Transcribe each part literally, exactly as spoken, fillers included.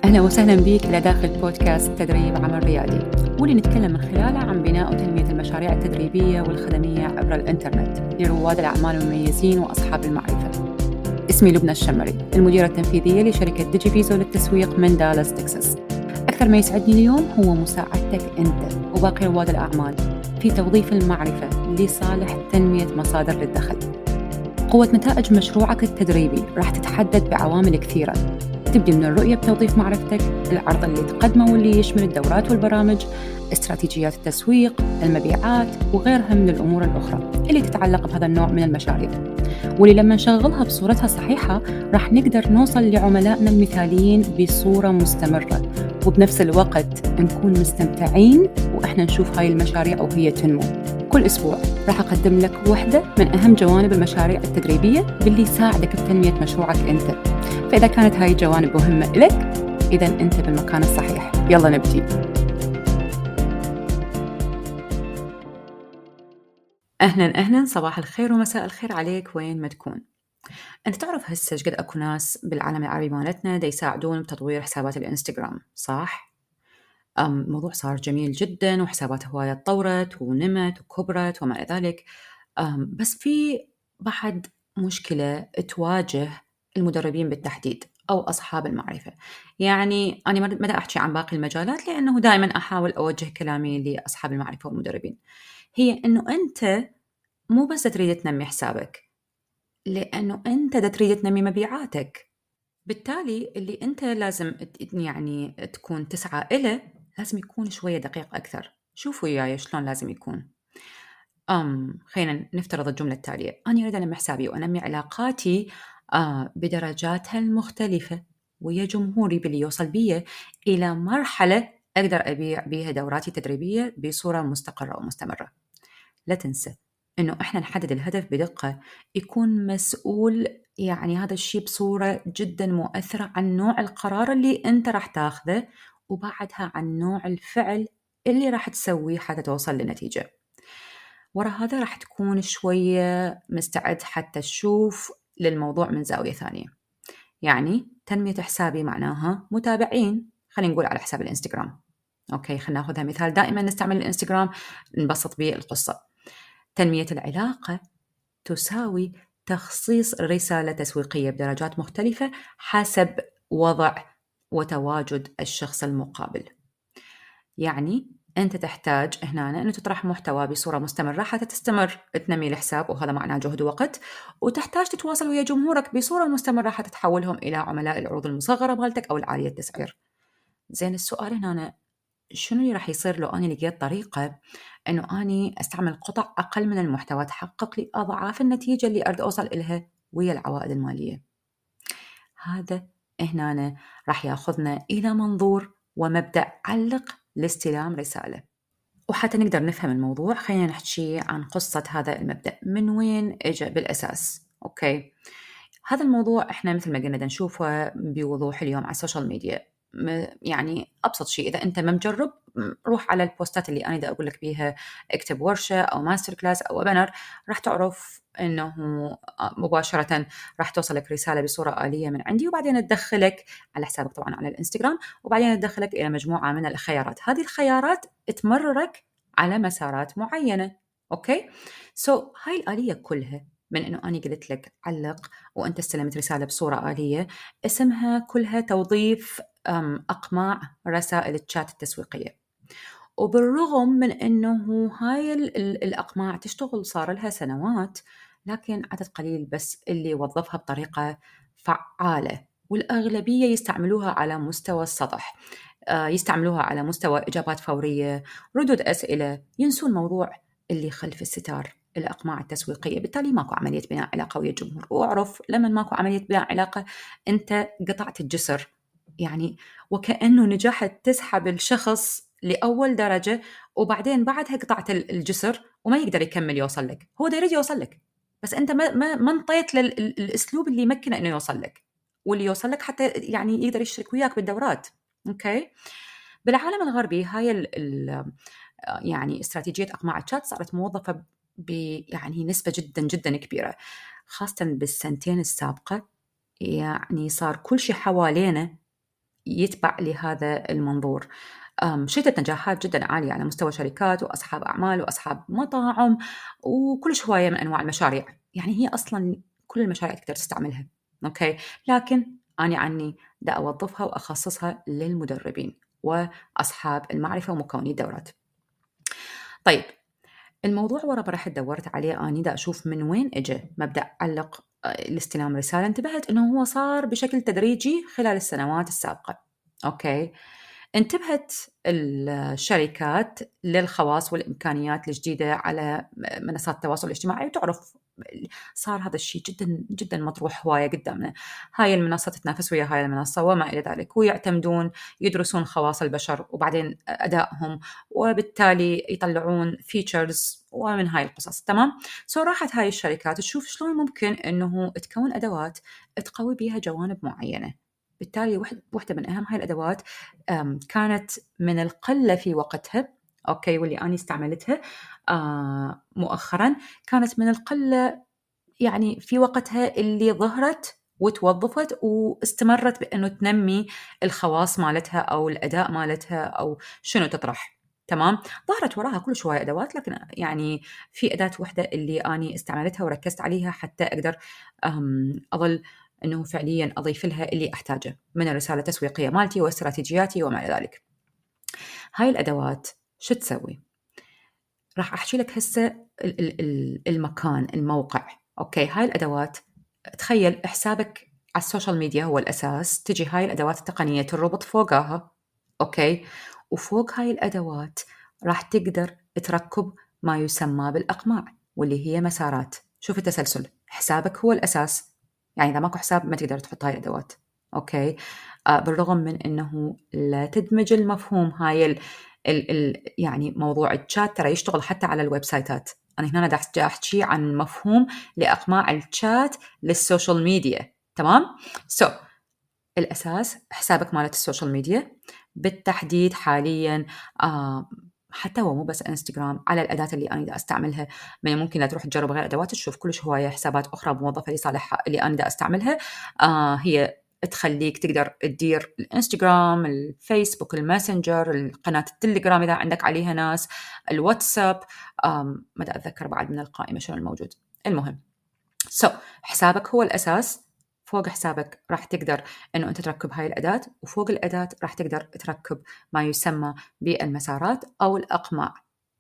أهلا وسهلا بك إلى داخل بودكاست تدريب عمل ريادي، واللي نتكلم من خلاله عن بناء وتنمية المشاريع التدريبية والخدمية عبر الإنترنت لرواد الأعمال المميزين وأصحاب المعرفة. اسمي لبنى الشمري، المديرة التنفيذية لشركة ديجيفيزو للتسويق من دالاس تكساس. أكثر ما يسعدني اليوم هو مساعدتك أنت وباقي رواد الأعمال في توظيف المعرفة لصالح تنمية مصادر للدخل. قوة نتائج مشروعك التدريبي راح تتحدد بعوامل كثيرة، تبدي من الرؤية بتوظيف معرفتك، العرض اللي تقدمه واللي يشمل الدورات والبرامج، استراتيجيات التسويق، المبيعات وغيرها من الأمور الأخرى اللي تتعلق بهذا النوع من المشاريع، واللي لما نشغلها بصورتها الصحيحة راح نقدر نوصل لعملائنا المثاليين بصورة مستمرة، وبنفس الوقت نكون مستمتعين وإحنا نشوف هاي المشاريع وهي تنمو. كل أسبوع راح أقدم لك واحدة من أهم جوانب المشاريع التدريبية باللي يساعدك بتنمية مشروعك أنت. فإذا كانت هاي الجوانب مهمة إلك، إذن أنت بالمكان الصحيح. يلا نبدي. أهلا أهلا، صباح الخير ومساء الخير عليك وين ما تكون. أنت تعرف هسه قد أكو ناس بالعالم العربي مالتنا دا يساعدون بتطوير حسابات الإنستغرام، صح؟ أم موضوع صار جميل جدا وحسابات هواية تطورت ونمت وكبرت وما إلى ذلك. أم بس في بعد مشكلة تواجه المدربين بالتحديد أو أصحاب المعرفة. يعني أنا ما دا أحكي عن باقي المجالات لأنه دائما أحاول أوجه كلامي لأصحاب المعرفة والمدربين، هي أنه أنت مو بس تريد تنمي حسابك، لأنه أنت دا تريد تنمي مبيعاتك. بالتالي اللي أنت لازم يعني تكون تسعى إله لازم يكون شوية دقيق أكثر. شوفوا وياي شلون لازم يكون. أم خلينا نفترض الجملة التالية: أنا أريد أنمي حسابي وأنمي علاقاتي آه بدرجاتها المختلفة ويا جمهوري باللي يوصل بيه إلى مرحلة أقدر أبيع بيها دوراتي التدريبية بصورة مستقرة ومستمرة. لا تنسى إنه إحنا نحدد الهدف بدقة، يكون مسؤول يعني هذا الشيء بصورة جدا مؤثرة عن نوع القرار اللي أنت راح تاخذه، وبعدها عن نوع الفعل اللي راح تسويه حتى توصل لنتيجة. ورا هذا راح تكون شوية مستعد حتى تشوف للموضوع من زاوية ثانية. يعني تنمية حسابي معناها متابعين، خلينا نقول على حساب الإنستغرام. أوكي، خلينا ناخذها مثال دائما نستعمل الإنستغرام نبسط به القصة. تنمية العلاقة تساوي تخصيص رسالة تسويقية بدرجات مختلفة حسب وضع وتواجد الشخص المقابل. يعني أنت تحتاج هنا أنه تطرح محتوى بصورة مستمرة حتى تستمر تنمي الحساب، وهذا معناه جهد ووقت، وتحتاج تتواصل ويا جمهورك بصورة مستمرة حتى تحولهم إلى عملاء العروض المصغرة مالتك أو العالية التسعير. زين، السؤال هنا شنو اللي راح يصير لو أنا لقيت طريقة أنه أني أستعمل قطع أقل من المحتوى تحقق لي أضعاف النتيجة اللي أريد أوصل إلها ويا العوائد المالية؟ هذا هنا راح ياخذنا إلى منظور ومبدأ علق لاستلام رسالة. وحتى نقدر نفهم الموضوع خلينا نحكي عن قصة هذا المبدأ من وين إجا بالأساس. أوكي، هذا الموضوع إحنا مثل ما قلنا نشوفه بوضوح اليوم على السوشيال ميديا. يعني أبسط شيء، إذا أنت ما مجرب روح على البوستات اللي أنا دا أقول لك بيها اكتب ورشة أو ماستر كلاس أو ويبينار، راح تعرف أنه مباشرة راح توصلك رسالة بصورة آلية من عندي، وبعدين تدخلك على حسابك طبعا على الانستغرام، وبعدين تدخلك إلى مجموعة من الخيارات. هذه الخيارات تمررك على مسارات معينة. أوكي، سو so, هاي الآلية كلها من أنه أنا قلت لك علق وأنت استلمت رسالة بصورة آلية، اسمها كلها توظيف أقماع رسائل الشات التسويقية. وبالرغم من أنه هاي الأقماع تشتغل صار لها سنوات، لكن عدد قليل بس اللي وظفها بطريقة فعالة، والأغلبية يستعملوها على مستوى السطح، يستعملوها على مستوى إجابات فورية، ردود أسئلة، ينسون موضوع اللي خلف الستار، الأقماع التسويقية. بالتالي ماكو عملية بناء علاقة ويا الجمهور. وأعرف لما ماكو عملية بناء علاقة أنت قطعت الجسر، يعني وكأنه نجحت تسحب الشخص لأول درجة وبعدين بعدها قطعت الجسر وما يقدر يكمل يوصل لك. هو دا يريد يوصل لك بس أنت ما ما ما انطيت للأسلوب اللي يمكنه إنه يوصل لك، واللي يوصل لك حتى يعني يقدر يشترك وياك بالدورات. أوكي، بالعالم الغربي هاي ال ال يعني استراتيجية أقماع الشات صارت موظفة ب يعني نسبة جدا جدا كبيرة، خاصة بالسنتين السابقة. يعني صار كل شيء حوالينا يتبع لهذا المنظور. أم، شهدت نجاحات جدا عالية على مستوى شركات وأصحاب أعمال وأصحاب مطاعم وكل هواية من أنواع المشاريع. يعني هي أصلا كل المشاريع تقدر تستعملها، أوكي، لكن أنا عني دا أوظفها وأخصصها للمدربين وأصحاب المعرفة ومكوني الدورات. طيب، الموضوع ورا ما رحت دورت عليه أني دا أشوف من وين إجا مبدأ علق الاستلام رسالة. انتبهت أنه هو صار بشكل تدريجي خلال السنوات السابقة. أوكي، انتبهت الشركات للخواص والإمكانيات الجديدة على منصات التواصل الاجتماعي، وتعرف صار هذا الشيء جدا جدا مطروح هواية قدامنا. هاي المنصة تتنافس ويا هاي المنصة وما إلى ذلك، ويعتمدون يدرسون خواص البشر وبعدين أدائهم، وبالتالي يطلعون فيتشرز ومن هاي القصص. تمام، سو راحت هاي الشركات تشوف شلون ممكن إنه تكون أدوات تقوي بيها جوانب معينة. بالتالي واحدة من أهم هاي الأدوات كانت من القلة في وقتها، أوكي، واللي أنا استعملتها آه مؤخرا، كانت من القلة يعني في وقتها اللي ظهرت وتوظفت واستمرت بأنه تنمي الخواص مالتها أو الأداء مالتها أو شنو تطرح. تمام، ظهرت وراها كل شوية أدوات، لكن يعني في أداة واحدة اللي أنا استعملتها وركزت عليها حتى أقدر أظل أنه فعليا أضيف لها اللي أحتاجه من الرسالة التسويقية مالتي واستراتيجياتي وما إلى ذلك. هاي الأدوات شو تسوي؟ راح أحكي لك هسه المكان، الموقع. أوكي، هاي الأدوات، تخيل حسابك على السوشيال ميديا هو الأساس، تجي هاي الأدوات التقنية تربط فوقها. أوكي، وفوق هاي الأدوات راح تقدر تركب ما يسمى بالأقماع، واللي هي مسارات. شوف التسلسل، حسابك هو الأساس، يعني إذا ماكو حساب ما تقدر تحط هاي الأدوات. أوكي، آه بالرغم من أنه لا تدمج المفهوم هاي ال ال ال يعني موضوع الشات ترى يشتغل حتى على الويب سايتات. أنا هنا دا أحكي عن مفهوم لأقماع الشات للسوشيال ميديا. تمام، سو so, الأساس حسابك مالت السوشيال ميديا بالتحديد حاليا. آه حتى هو مو بس انستغرام، على الأداة اللي أنا دا أستعملها، من ممكن لا تروح تجرب غير أدوات تشوف كلش هواية حسابات أخرى موظفة لصالح اللي أنا دا أستعملها. آه هي تخليك تقدر تدير الانستغرام، الفيسبوك، الماسنجر، القناة التليجرام إذا عندك عليها ناس، الواتساب، ما دا أتذكر بعد من القائمة شنو الموجود. المهم، سو so, حسابك هو الأساس. فوق حسابك راح تقدر أنه أنت تركب هاي الأداة، وفوق الأداة راح تقدر تركب ما يسمى بالمسارات أو الأقماع.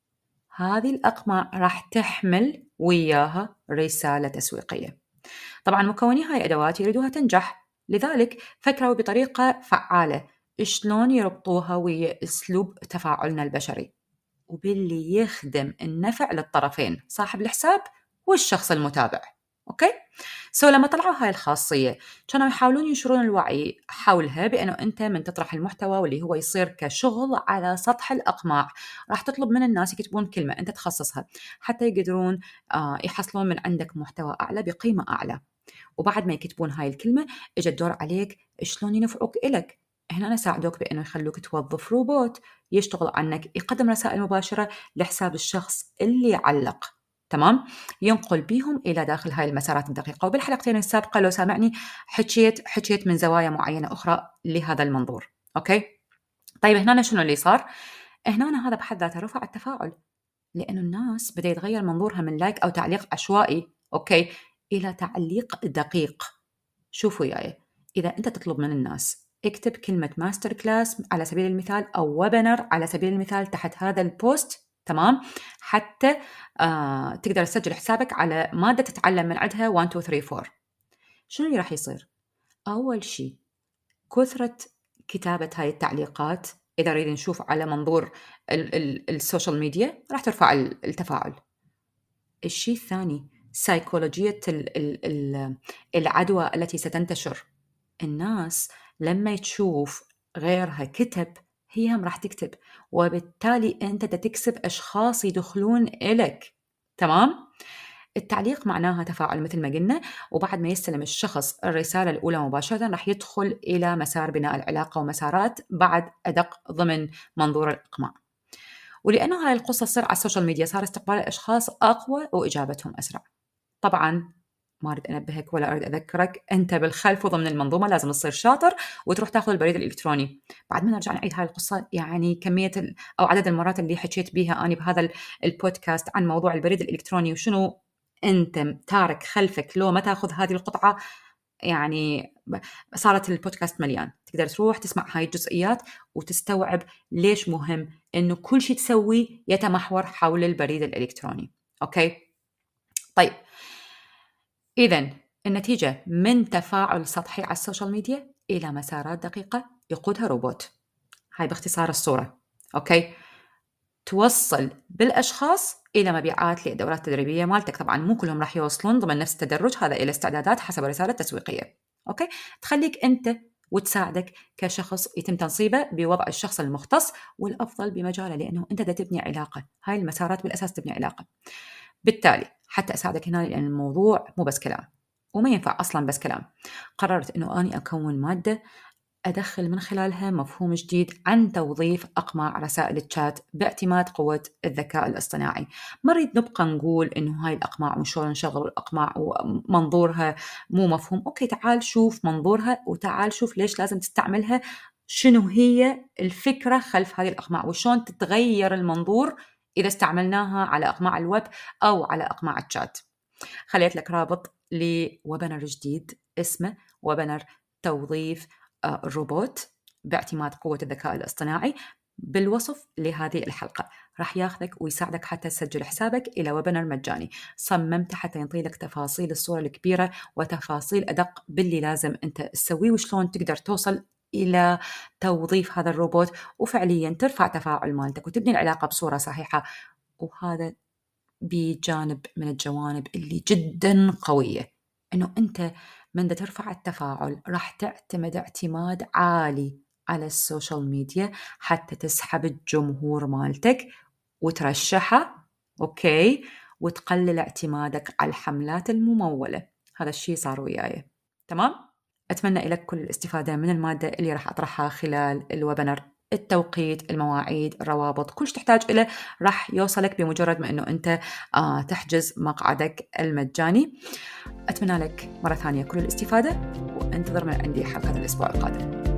هذه الأقماع راح تحمل وياها رسالة تسويقية. طبعا مكوني هاي الأدوات يريدوها تنجح، لذلك فكروا بطريقة فعالة شلون يربطوها ويا أسلوب تفاعلنا البشري، وباللي يخدم النفع للطرفين، صاحب الحساب والشخص المتابع. أوكي، سو لما طلعوا هاي الخاصية كانوا يحاولون ينشرون الوعي حولها، بأنه أنت من تطرح المحتوى واللي هو يصير كشغل على سطح الأقماع، راح تطلب من الناس يكتبون كلمة أنت تخصصها حتى يقدرون يحصلون من عندك محتوى أعلى بقيمة أعلى. وبعد ما يكتبون هاي الكلمة اجى الدور عليك شلون ينفعوك إلك. هنا أنا ساعدوك بأنه يخلوك توظف روبوت يشتغل عنك، يقدم رسائل مباشرة لحساب الشخص اللي علق. تمام، ينقل بيهم إلى داخل هاي المسارات الدقيقة. وبالحلقتين السابقة لو سامعني حكيت حكيت من زوايا معينة أخرى لهذا المنظور. أوكي، طيب هنا شنو اللي صار؟ هنا هذا بحد ذاته رفع التفاعل، لأنه الناس بدأ يتغير منظورها من لايك أو تعليق عشوائي أوكي إلى تعليق دقيق. شوفوا وياي، إذا أنت تطلب من الناس اكتب كلمة ماستر كلاس على سبيل المثال أو ويبينار على سبيل المثال تحت هذا البوست، تمام، حتى آه تقدر تسجل حسابك على مادة تتعلم من عندها واحد اثنين ثلاثة أربعة، شنو اللي راح يصير؟ أول شيء كثرة كتابة هاي التعليقات، إذا نريد نشوف على منظور السوشيال ميديا راح ترفع التفاعل. الشيء الثاني سيكولوجية العدوى التي ستنتشر. الناس لما تشوف غيرها كتب هي هم راح تكتب، وبالتالي أنت تكسب أشخاص يدخلون إلك. تمام، التعليق معناها تفاعل مثل ما قلنا، وبعد ما يستلم الشخص الرسالة الأولى مباشرة راح يدخل إلى مسار بناء العلاقة ومسارات بعد أدق ضمن منظور الإقماع. ولأنه هاي القصة تصير على السوشيال ميديا صار استقبال الأشخاص أقوى وإجابتهم أسرع. طبعا ما أريد أنبهك ولا أريد أذكرك، أنت بالخلف وضمن المنظومة لازم تصير شاطر وتروح تاخذ البريد الإلكتروني. بعد ما نرجع نعيد هاي القصة، يعني كمية ال... أو عدد المرات اللي حكيت بيها أنا بهذا البودكاست عن موضوع البريد الإلكتروني وشنو أنت تارك خلفك لو ما تاخذ هذه القطعة، يعني صارت البودكاست مليان. تقدر تروح تسمع هاي الجزئيات وتستوعب ليش مهم إنه كل شيء تسويه يتمحور حول البريد الإلكتروني. أوكي؟ طيب، إذن النتيجة من تفاعل سطحي على السوشيال ميديا إلى مسارات دقيقة يقودها روبوت. هاي باختصار الصورة. أوكي؟ توصل بالأشخاص إلى مبيعات للدورات التدريبية مالتك. طبعا مو كلهم راح يوصلون ضمن نفس التدرج، هذا إلى استعدادات حسب رسالة تسويقية. أوكي؟ تخليك أنت وتساعدك كشخص يتم تنصيبه بوضع الشخص المختص والأفضل بمجاله، لأنه أنت دا تبني علاقة. هاي المسارات بالأساس تبني علاقة. بالتالي حتى أساعدك هنا، لأن الموضوع مو بس كلام وما ينفع أصلا بس كلام، قررت أنه أني أكون مادة أدخل من خلالها مفهوم جديد عن توظيف أقماع رسائل الشات باعتماد قوة الذكاء الاصطناعي. ما نريد نبقى نقول إنه هاي الأقماع وشلون نشغل الأقماع ومنظورها مو مفهوم. أوكي، تعال شوف منظورها وتعال شوف ليش لازم تستعملها، شنو هي الفكرة خلف هذه الأقماع وشلون تتغير المنظور إذا استعملناها على أقماع الويب أو على أقماع الشات. خليت لك رابط لويبنر جديد اسمه ويبنر توظيف الروبوت باعتماد قوة الذكاء الاصطناعي بالوصف لهذه الحلقة. راح ياخذك ويساعدك حتى تسجل حسابك إلى ويبنر مجاني صممته حتى ينطي لك تفاصيل الصورة الكبيرة وتفاصيل أدق باللي لازم أنت تسويه وشلون تقدر توصل إلى توظيف هذا الروبوت وفعليا ترفع تفاعل مالتك وتبني العلاقة بصورة صحيحة. وهذا بجانب من الجوانب اللي جدا قوية، إنه أنت من دا ترفع التفاعل راح تعتمد اعتماد عالي على السوشيال ميديا حتى تسحب الجمهور مالتك وترشحه. أوكي، وتقلل اعتمادك على الحملات الممولة. هذا الشيء صار وياي. تمام؟ أتمنى لك كل الاستفادة من المادة اللي راح أطرحها خلال الويبنر. التوقيت، المواعيد، الروابط، كل شيء تحتاج إليه راح يوصلك بمجرد ما أنه أنت آه تحجز مقعدك المجاني. أتمنى لك مرة ثانية كل الاستفادة وانتظر من عندي حلقة الأسبوع القادم.